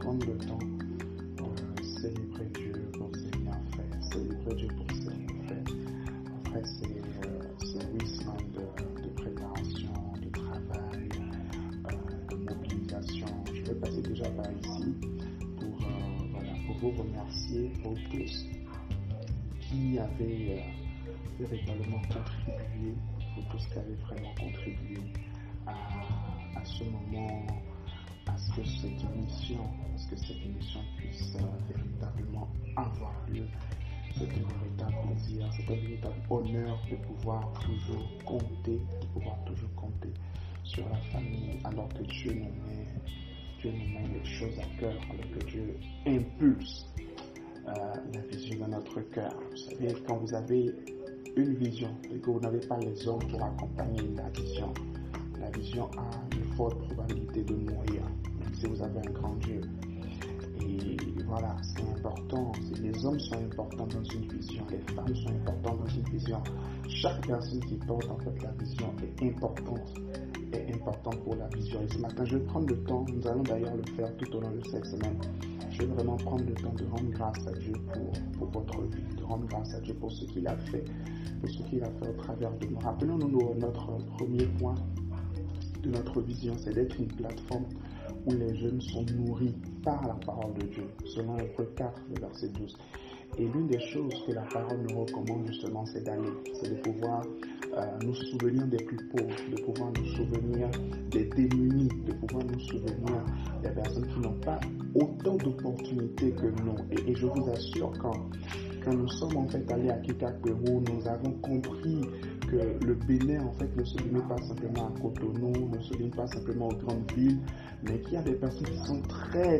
prendre le temps de célébrer Dieu pour ses bienfaits, célébrer Dieu pour ses bienfaits. Après ces 8 semaines de préparation, de travail, de mobilisation, je vais passer déjà par ici pour vous remercier, vous tous qui avez véritablement contribué, vous tous qui avez vraiment contribué à ce moment, à ce que cette mission puisse véritablement avoir lieu. C'est un véritable plaisir, c'est un véritable honneur de pouvoir toujours compter sur la famille, alors que Dieu nous met les choses à cœur, alors que Dieu impulse la vision dans notre cœur. Vous savez, quand vous avez une vision et que vous n'avez pas les hommes pour accompagner la vision a une forte probabilité de mourir, même si vous avez un grand Dieu. Et voilà, c'est important. Les hommes sont importants dans une vision, les femmes sont importantes dans une vision. Chaque personne qui porte en fait la vision est importante pour la vision. Et ce matin, je vais prendre le temps, nous allons d'ailleurs le faire tout au long de cette semaine. Je vais vraiment prendre le temps de rendre grâce à Dieu pour votre vie, de rendre grâce à Dieu pour ce qu'il a fait, au travers de nous. Rappelons-nous notre premier point de notre vision, c'est d'être une plateforme où les jeunes sont nourris par la parole de Dieu, selon Hébreux 4, verset 12. Et l'une des choses que la parole nous recommande justement, c'est de pouvoir nous souvenir des plus pauvres, de pouvoir nous souvenir des démunis, de pouvoir nous souvenir des personnes qui n'ont pas autant d'opportunités que nous. Et je vous assure, quand nous sommes en fait allés à Kikapérou, nous avons compris que le Bénin en fait ne se limite pas simplement à Cotonou, ne se limite pas simplement aux grandes villes, mais qu'il y a des personnes qui sont très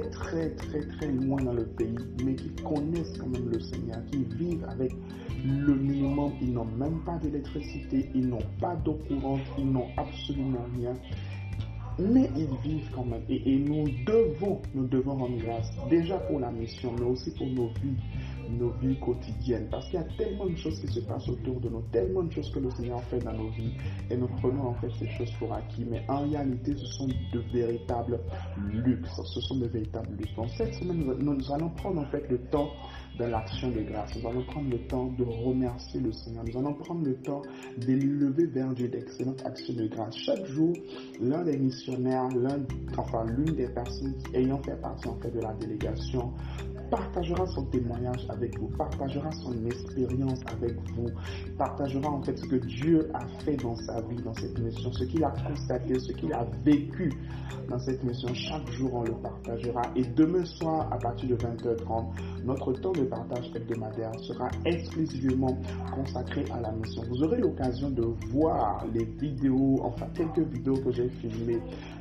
loin dans le pays, mais qui connaissent quand même le Seigneur, qui vivent avec le minimum. Ils n'ont même pas d'électricité, ils n'ont pas d'eau courante, ils n'ont absolument rien. Mais ils vivent quand même. Et nous devons rendre grâce déjà pour la mission, mais aussi pour nos vies quotidiennes. Parce qu'il y a tellement de choses qui se passent autour de nous, tellement de choses que le Seigneur fait dans nos vies. Et nous prenons en fait ces choses pour acquis. Mais en réalité, ce sont de véritables luxes. Donc cette semaine, nous allons prendre en fait le temps de l'action de grâce. Nous allons prendre le temps de remercier le Seigneur. Nous allons prendre le temps d'élever vers Dieu d'excellentes actions de grâce. Chaque jour, l'un des missionnaires, l'une des personnes ayant fait partie en fait de la délégation, partagera son témoignage avec vous, partagera son expérience avec vous, partagera en fait ce que Dieu a fait dans sa vie, dans cette mission, ce qu'il a constaté, ce qu'il a vécu dans cette mission. Chaque jour, on le partagera. Et demain soir, à partir de 20h30, notre temps de partage hebdomadaire sera exclusivement consacré à la mission. Vous aurez l'occasion de voir les vidéos, quelques vidéos que j'ai filmées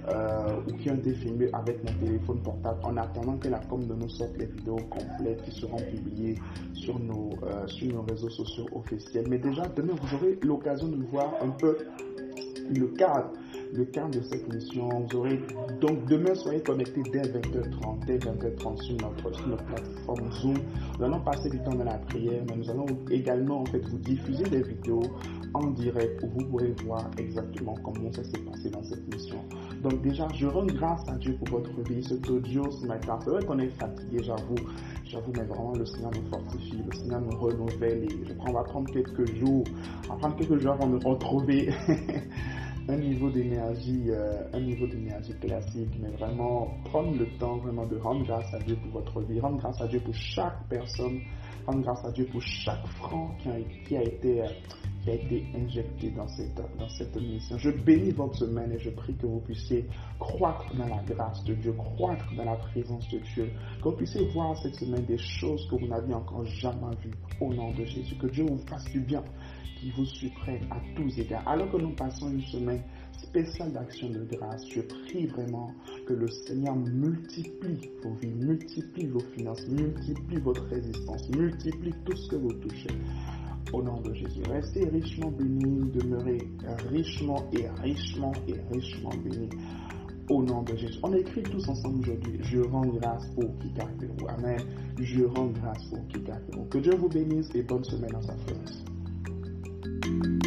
ou qui ont été filmées avec mon téléphone portable en attendant que la com de nous sorte les vidéos complètes qui seront publiées sur nos réseaux sociaux officiels. Mais déjà, demain, vous aurez l'occasion de voir un peu le cadre de cette mission. Donc demain, soyez connectés dès 20h30 sur notre plateforme Zoom. Nous allons passer du temps dans la prière, mais nous allons également en fait vous diffuser des vidéos en direct où vous pourrez voir exactement comment ça s'est passé dans cette mission. Donc déjà, je rends grâce à Dieu pour votre vie. Cet audio ce matin, c'est vrai qu'on est fatigué, j'avoue, mais vraiment le Seigneur nous fortifie, le Seigneur nous renouvelle. Et on va prendre quelques jours avant de retrouver un niveau d'énergie classique, mais vraiment prendre le temps vraiment de rendre grâce à Dieu pour votre vie, rendre grâce à Dieu pour chaque personne, rendre grâce à Dieu pour chaque franc qui a été injecté dans cette mission. Je bénis votre semaine et je prie que vous puissiez croître dans la grâce de Dieu, croître dans la présence de Dieu, que vous puissiez voir cette semaine des choses que vous n'aviez encore jamais vues au nom de Jésus, que Dieu vous fasse du bien, qu'il vous supprime à tous égards. Alors que nous passons une semaine spéciale d'action de grâce, je prie vraiment que le Seigneur multiplie vos vies, multiplie vos finances, multiplie votre résistance, multiplie tout ce que vous touchez. Au nom de Jésus, restez richement bénis, demeurez richement bénis. Au nom de Jésus. On écrit tous ensemble aujourd'hui. Je rends grâce pour Kikapérou. Amen. Je rends grâce pour Kikapérou. Que Dieu vous bénisse et bonne semaine en sa présence.